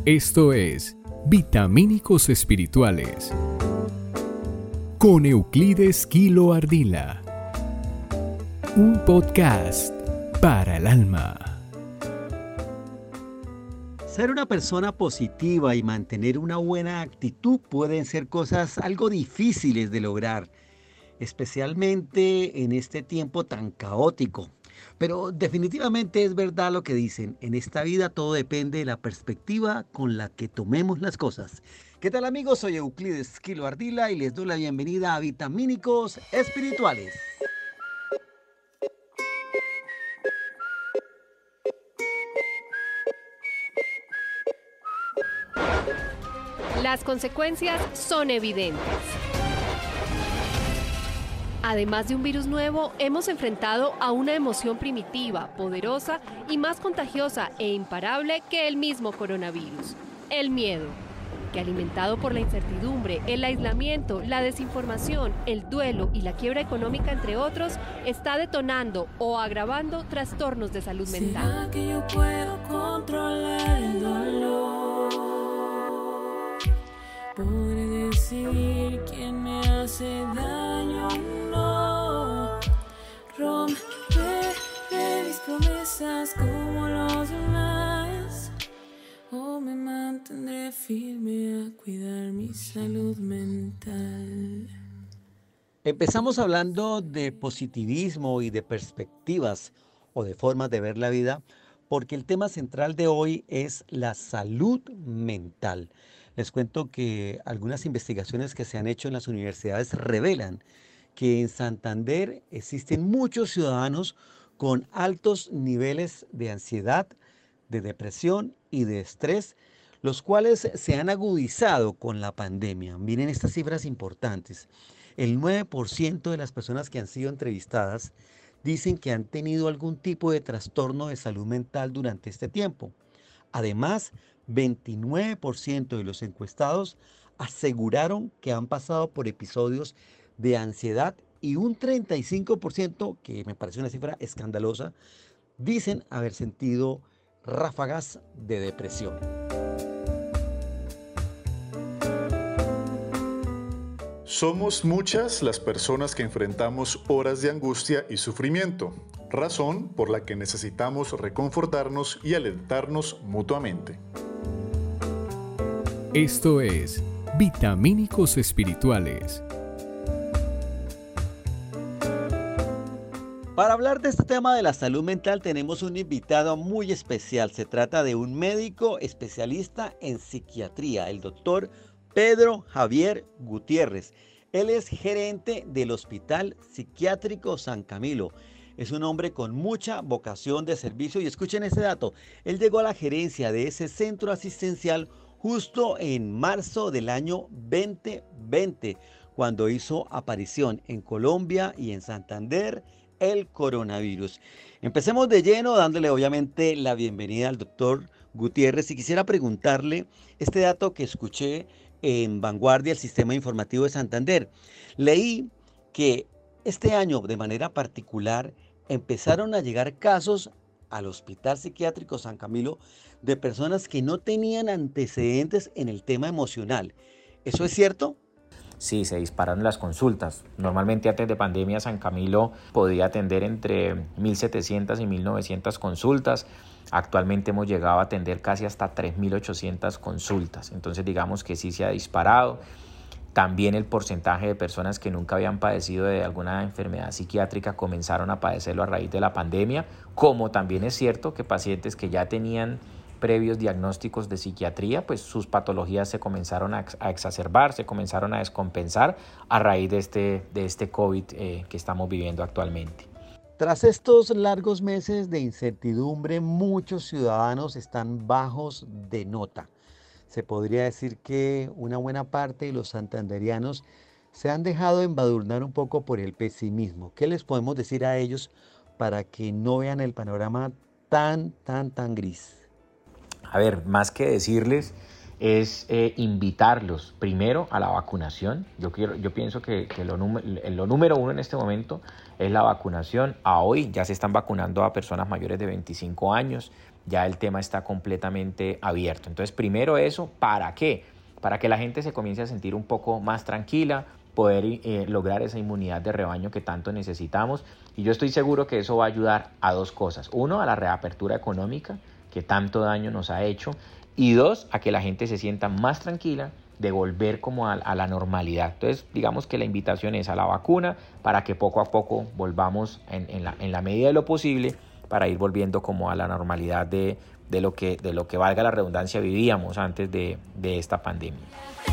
Esto es Vitamínicos Espirituales con Euclides Quilo Ardila, un podcast para el alma. Ser una persona positiva y mantener una buena actitud pueden ser cosas algo difíciles de lograr, especialmente en este tiempo tan caótico. Pero definitivamente es verdad lo que dicen, en esta vida todo depende de la perspectiva con la que tomemos las cosas. ¿Qué tal amigos? Soy Euclides Quilo Ardila y les doy la bienvenida a Vitamínicos Espirituales. Las consecuencias son evidentes. Además de un virus nuevo, hemos enfrentado a una emoción primitiva, poderosa y más contagiosa e imparable que el mismo coronavirus, el miedo, que alimentado por la incertidumbre, el aislamiento, la desinformación, el duelo y la quiebra económica, entre otros, está detonando o agravando trastornos de salud mental. ¿Será que yo puedo controlar el dolor? ¿Podré decidir quién me hace daño o no? Romperé mis promesas como los demás, o me mantendré firme a cuidar mi salud mental. Empezamos hablando de positivismo y de perspectivas o de formas de ver la vida, porque el tema central de hoy es la salud mental. Les cuento que algunas investigaciones que se han hecho en las universidades revelan que en Santander existen muchos ciudadanos con altos niveles de ansiedad, de depresión y de estrés, los cuales se han agudizado con la pandemia. Miren estas cifras importantes. El 9% de las personas que han sido entrevistadas dicen que han tenido algún tipo de trastorno de salud mental durante este tiempo. Además, 29% de los encuestados aseguraron que han pasado por episodios de ansiedad y un 35%, que me parece una cifra escandalosa, dicen haber sentido ráfagas de depresión. Somos muchas las personas que enfrentamos horas de angustia y sufrimiento, razón por la que necesitamos reconfortarnos y alentarnos mutuamente. Esto es Vitamínicos Espirituales. Para hablar de este tema de la salud mental tenemos un invitado muy especial. Se trata de un médico especialista en psiquiatría, el doctor Pedro Javier Gutiérrez. Él es gerente del Hospital Psiquiátrico San Camilo. Es un hombre con mucha vocación de servicio y escuchen ese dato. Él llegó a la gerencia de ese centro asistencial justo en marzo del año 2020, cuando hizo aparición en Colombia y en Santander el coronavirus. Empecemos de lleno dándole obviamente la bienvenida al doctor Gutiérrez y quisiera preguntarle este dato que escuché en Vanguardia, el Sistema Informativo de Santander. Leí que este año de manera particular empezaron a llegar casos al Hospital Psiquiátrico San Camilo de personas que no tenían antecedentes en el tema emocional. ¿Eso es cierto? Sí, se dispararon las consultas. Normalmente antes de pandemia San Camilo podía atender entre 1.700 y 1.900 consultas. Actualmente hemos llegado a atender casi hasta 3.800 consultas. Entonces digamos que sí se ha disparado. También el porcentaje de personas que nunca habían padecido de alguna enfermedad psiquiátrica comenzaron a padecerlo a raíz de la pandemia, como también es cierto que pacientes que ya tenían previos diagnósticos de psiquiatría, pues sus patologías se comenzaron a exacerbar, se comenzaron a descompensar a raíz de este COVID que estamos viviendo actualmente. Tras estos largos meses de incertidumbre, muchos ciudadanos están bajos de nota. Se podría decir que una buena parte de los santanderianos se han dejado embadurnar un poco por el pesimismo. ¿Qué les podemos decir a ellos para que no vean el panorama tan gris? A ver, más que decirles, es invitarlos primero a la vacunación. Yo pienso que lo número uno en este momento es la vacunación. A hoy ya se están vacunando a personas mayores de 25 años. ya el tema está completamente abierto. Entonces, primero eso, ¿para qué? Para que la gente se comience a sentir un poco más tranquila, poder lograr esa inmunidad de rebaño que tanto necesitamos. Y yo estoy seguro que eso va a ayudar a dos cosas. Uno, a la reapertura económica que tanto daño nos ha hecho. Y dos, a que la gente se sienta más tranquila de volver como a la normalidad. Entonces, digamos que la invitación es a la vacuna para que poco a poco volvamos en la medida de lo posible para ir volviendo como a la normalidad de lo que valga la redundancia vivíamos antes de esta pandemia.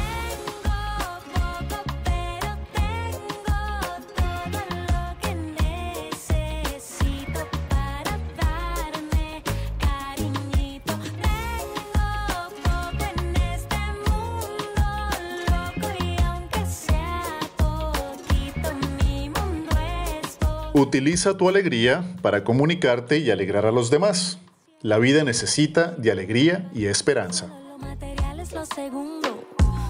Utiliza tu alegría para comunicarte y alegrar a los demás. La vida necesita de alegría y esperanza. Lo material es lo segundo,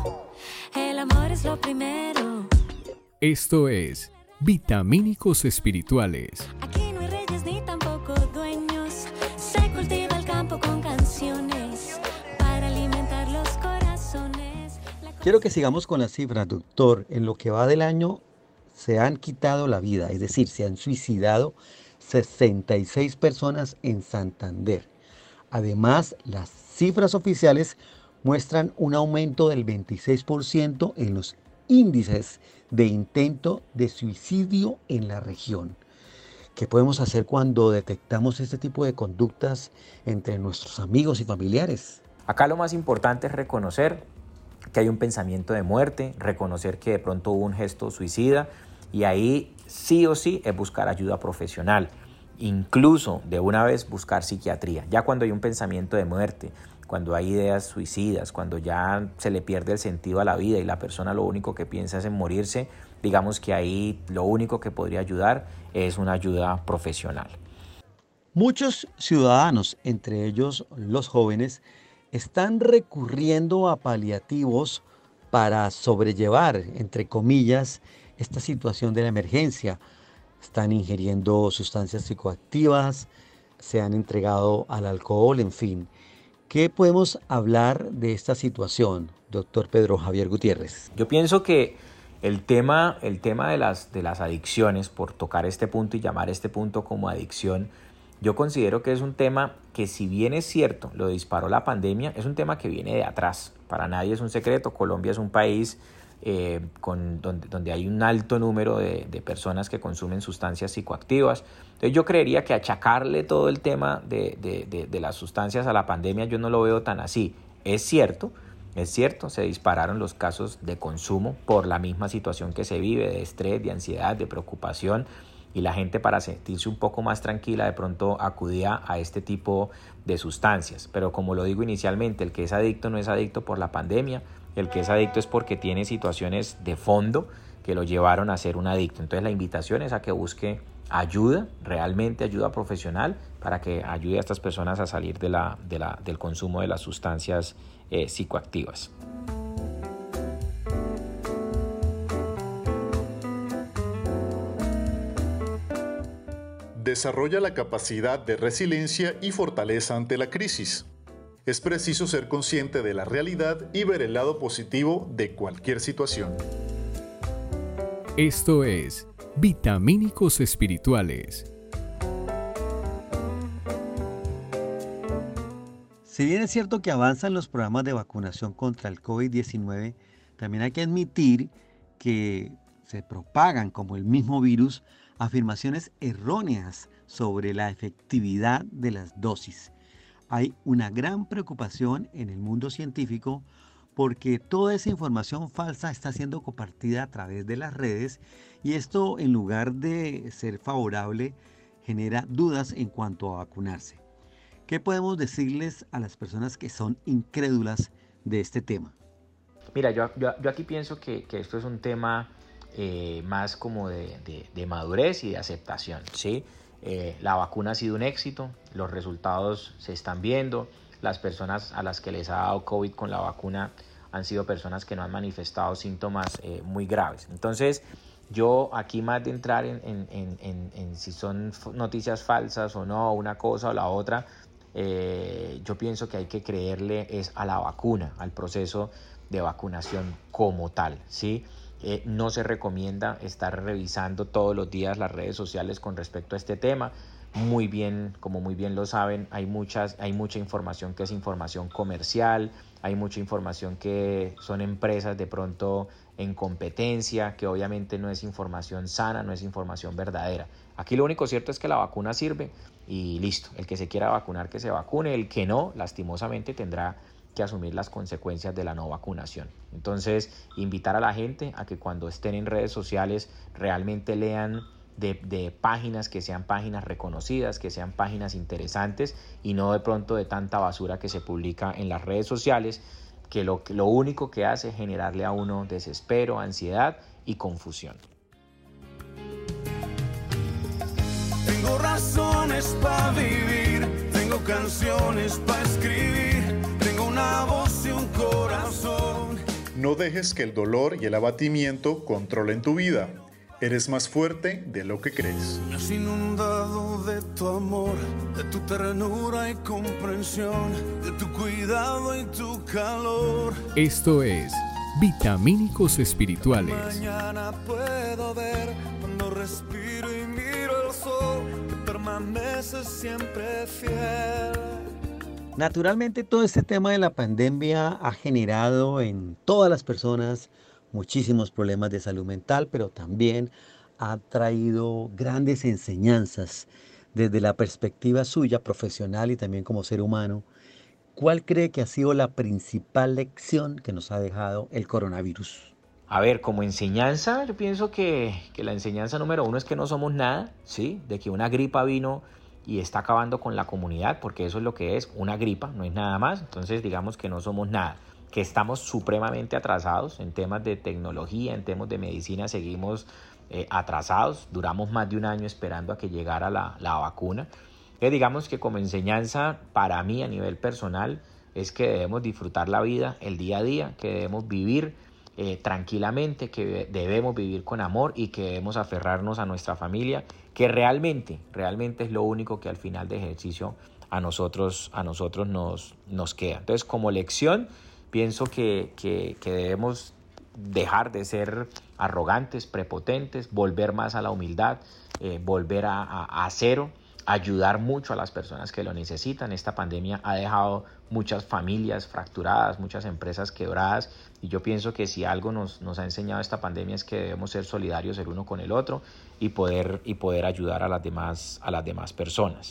el amor es lo primero. Esto es Vitamínicos Espirituales. Aquí no hay reyes ni tampoco dueños. Se cultiva el campo con canciones para alimentar los corazones. Quiero que sigamos con las cifras, doctor. En lo que va del año se han quitado la vida, es decir, se han suicidado 66 personas en Santander. Además, las cifras oficiales muestran un aumento del 26% en los índices de intento de suicidio en la región. ¿Qué podemos hacer cuando detectamos este tipo de conductas entre nuestros amigos y familiares? Acá lo más importante es reconocer que hay un pensamiento de muerte, reconocer que de pronto hubo un gesto suicida y ahí sí o sí es buscar ayuda profesional, incluso de una vez buscar psiquiatría. Ya cuando hay un pensamiento de muerte, cuando hay ideas suicidas, cuando ya se le pierde el sentido a la vida y la persona lo único que piensa es en morirse, digamos que ahí lo único que podría ayudar es una ayuda profesional. Muchos ciudadanos, entre ellos los jóvenes, están recurriendo a paliativos para sobrellevar, entre comillas, esta situación de la emergencia. Están ingiriendo sustancias psicoactivas, se han entregado al alcohol, en fin. ¿Qué podemos hablar de esta situación, doctor Pedro Javier Gutiérrez? Yo pienso que el tema de las adicciones, por tocar este punto y llamar este punto como adicción, yo considero que es un tema que, si bien es cierto, lo disparó la pandemia, es un tema que viene de atrás. Para nadie es un secreto, Colombia es un país donde hay un alto número de personas que consumen sustancias psicoactivas. Entonces yo creería que achacarle todo el tema de las sustancias a la pandemia yo no lo veo tan así. Es cierto, se dispararon los casos de consumo por la misma situación que se vive, de estrés, de ansiedad, de preocupación, y la gente, para sentirse un poco más tranquila, de pronto acudía a este tipo de sustancias. Pero como lo digo inicialmente, el que es adicto no es adicto por la pandemia, el que es adicto es porque tiene situaciones de fondo que lo llevaron a ser un adicto. Entonces la invitación es a que busque ayuda, realmente ayuda profesional, para que ayude a estas personas a salir del consumo de las sustancias psicoactivas. Desarrolla la capacidad de resiliencia y fortaleza ante la crisis. Es preciso ser consciente de la realidad y ver el lado positivo de cualquier situación. Esto es Vitamínicos Espirituales. Si bien es cierto que avanzan los programas de vacunación contra el COVID-19, también hay que admitir que se propagan, como el mismo virus, afirmaciones erróneas sobre la efectividad de las dosis. Hay una gran preocupación en el mundo científico porque toda esa información falsa está siendo compartida a través de las redes, y esto, en lugar de ser favorable, genera dudas en cuanto a vacunarse. ¿Qué podemos decirles a las personas que son incrédulas de este tema? Mira, yo aquí pienso que esto es un tema más como de madurez y de aceptación, ¿sí? La vacuna ha sido un éxito, los resultados se están viendo, las personas a las que les ha dado COVID con la vacuna han sido personas que no han manifestado síntomas muy graves. Entonces, yo aquí, más de entrar en si son noticias falsas o no, una cosa o la otra, yo pienso que hay que creerle es a la vacuna, al proceso de vacunación como tal, ¿sí? No se recomienda estar revisando todos los días las redes sociales con respecto a este tema. Muy bien, como muy bien lo saben, hay mucha información que es información comercial, hay mucha información que son empresas de pronto en competencia, que obviamente no es información sana, no es información verdadera. Aquí lo único cierto es que la vacuna sirve y listo, el que se quiera vacunar que se vacune, el que no, lastimosamente tendrá que asumir las consecuencias de la no vacunación. Entonces, invitar a la gente a que cuando estén en redes sociales realmente lean de páginas que sean páginas reconocidas, que sean páginas interesantes y no de pronto de tanta basura que se publica en las redes sociales, que lo único que hace es generarle a uno desespero, ansiedad y confusión. Tengo razones para vivir, tengo canciones para escribir, tengo una voz y un corazón. No dejes que el dolor y el abatimiento controlen tu vida. Eres más fuerte de lo que crees. Me has inundado de tu amor, de tu ternura y comprensión, de tu cuidado y tu calor. Esto es Vitamínicos Espirituales. Mañana puedo ver cuando respiro y miro el sol, que permaneces siempre fiel. Naturalmente todo este tema de la pandemia ha generado en todas las personas muchísimos problemas de salud mental, pero también ha traído grandes enseñanzas desde la perspectiva suya profesional y también como ser humano. ¿Cuál cree que ha sido la principal lección que nos ha dejado el coronavirus? A ver, como enseñanza, yo pienso que la enseñanza número uno es que no somos nada, ¿sí? De que una gripa vino y está acabando con la comunidad, porque eso es lo que es, una gripa, no es nada más. Entonces digamos que no somos nada, que estamos supremamente atrasados en temas de tecnología, en temas de medicina, seguimos atrasados, duramos más de un año esperando a que llegara la vacuna. Digamos que como enseñanza para mí a nivel personal es que debemos disfrutar la vida, el día a día, que debemos vivir tranquilamente, que debemos vivir con amor y que debemos aferrarnos a nuestra familia, que realmente es lo único que al final de ejercicio a nosotros nos queda. Entonces, como lección, pienso que debemos dejar de ser arrogantes, prepotentes, volver más a la humildad, volver a cero, ayudar mucho a las personas que lo necesitan. Esta pandemia ha dejado muchas familias fracturadas, muchas empresas quebradas, y yo pienso que si algo nos ha enseñado esta pandemia es que debemos ser solidarios el uno con el otro y poder ayudar a las demás personas.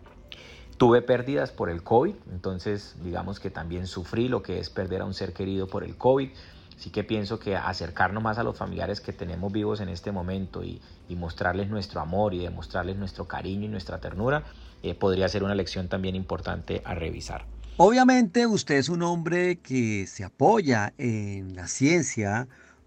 Tuve pérdidas por el COVID, entonces digamos que también sufrí lo que es perder a un ser querido por el COVID. Así que pienso que acercarnos más a los familiares que tenemos vivos en este momento y mostrarles nuestro amor y demostrarles nuestro cariño y nuestra ternura podría ser una lección también importante a revisar. Obviamente usted es un hombre que se apoya en la ciencia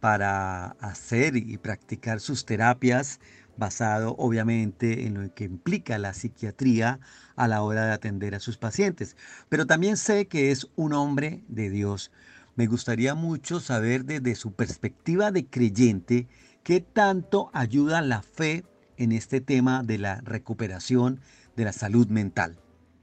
para hacer y practicar sus terapias, basado obviamente en lo que implica la psiquiatría a la hora de atender a sus pacientes. Pero también sé que es un hombre de Dios. Me gustaría mucho saber desde su perspectiva de creyente qué tanto ayuda la fe en este tema de la recuperación de la salud mental.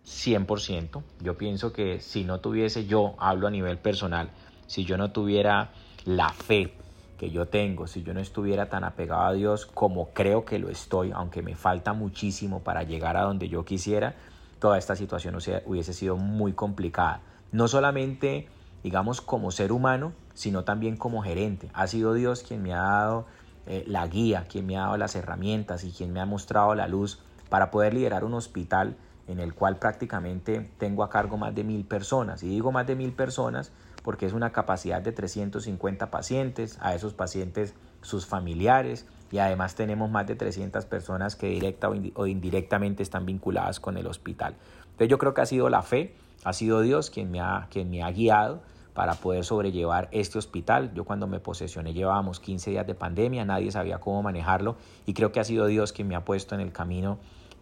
100%. Yo pienso que si no tuviese, yo hablo a nivel personal, si yo no tuviera la fe que yo tengo, si yo no estuviera tan apegado a Dios como creo que lo estoy, aunque me falta muchísimo para llegar a donde yo quisiera, toda esta situación hubiese sido muy complicada. No solamente, digamos, como ser humano, sino también como gerente. Ha sido Dios quien me ha dado la guía, quien me ha dado las herramientas y quien me ha mostrado la luz para poder liderar un hospital en el cual prácticamente tengo a cargo más de 1,000 personas. Y digo más de 1,000 personas porque es una capacidad de 350 pacientes, a esos pacientes sus familiares, y además tenemos más de 300 personas que directa o indirectamente están vinculadas con el hospital. Entonces yo creo que ha sido la fe, ha sido Dios quien me ha guiado para poder sobrellevar este hospital. Yo cuando me posesioné llevábamos 15 días de pandemia, nadie sabía cómo manejarlo, y creo que ha sido Dios quien me ha puesto en el camino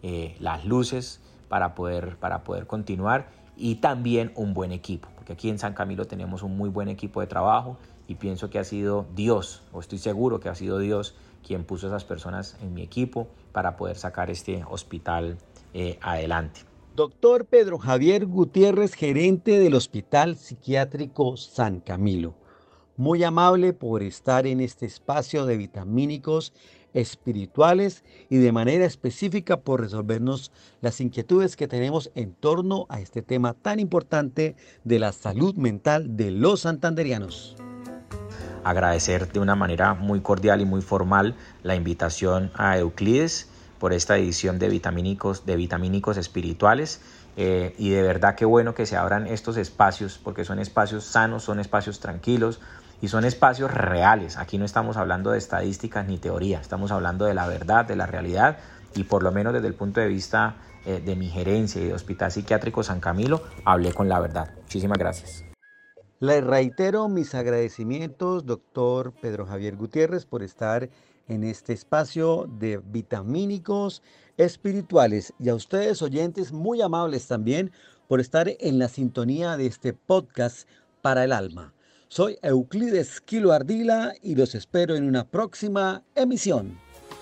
las luces para poder continuar, y también un buen equipo, porque aquí en San Camilo tenemos un muy buen equipo de trabajo y pienso que ha sido Dios, o estoy seguro que ha sido Dios quien puso a esas personas en mi equipo para poder sacar este hospital adelante. Doctor Pedro Javier Gutiérrez, gerente del Hospital Psiquiátrico San Camilo. Muy amable por estar en este espacio de vitamínicos espirituales y de manera específica por resolvernos las inquietudes que tenemos en torno a este tema tan importante de la salud mental de los santanderianos. Agradecer de una manera muy cordial y muy formal la invitación a Euclides por esta edición de vitamínicos espirituales, y de verdad qué bueno que se abran estos espacios, porque son espacios sanos, son espacios tranquilos y son espacios reales. Aquí no estamos hablando de estadísticas ni teoría, estamos hablando de la verdad, de la realidad, y por lo menos desde el punto de vista de mi gerencia y de Hospital Psiquiátrico San Camilo, hablé con la verdad. Muchísimas gracias. Le reitero mis agradecimientos, doctor Pedro Javier Gutiérrez, por estar en este espacio de vitamínicos espirituales, y a ustedes, oyentes, muy amables también por estar en la sintonía de este podcast para el alma. Soy Euclides Quilo Ardila y los espero en una próxima emisión.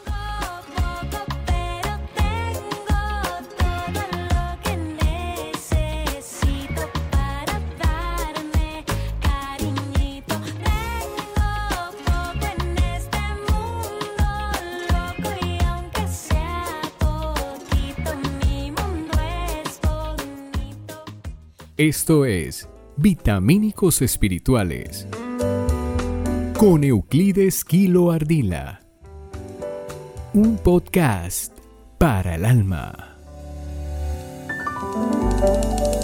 Esto es Vitamínicos Espirituales con Euclides Quilo Ardila, un podcast para el alma.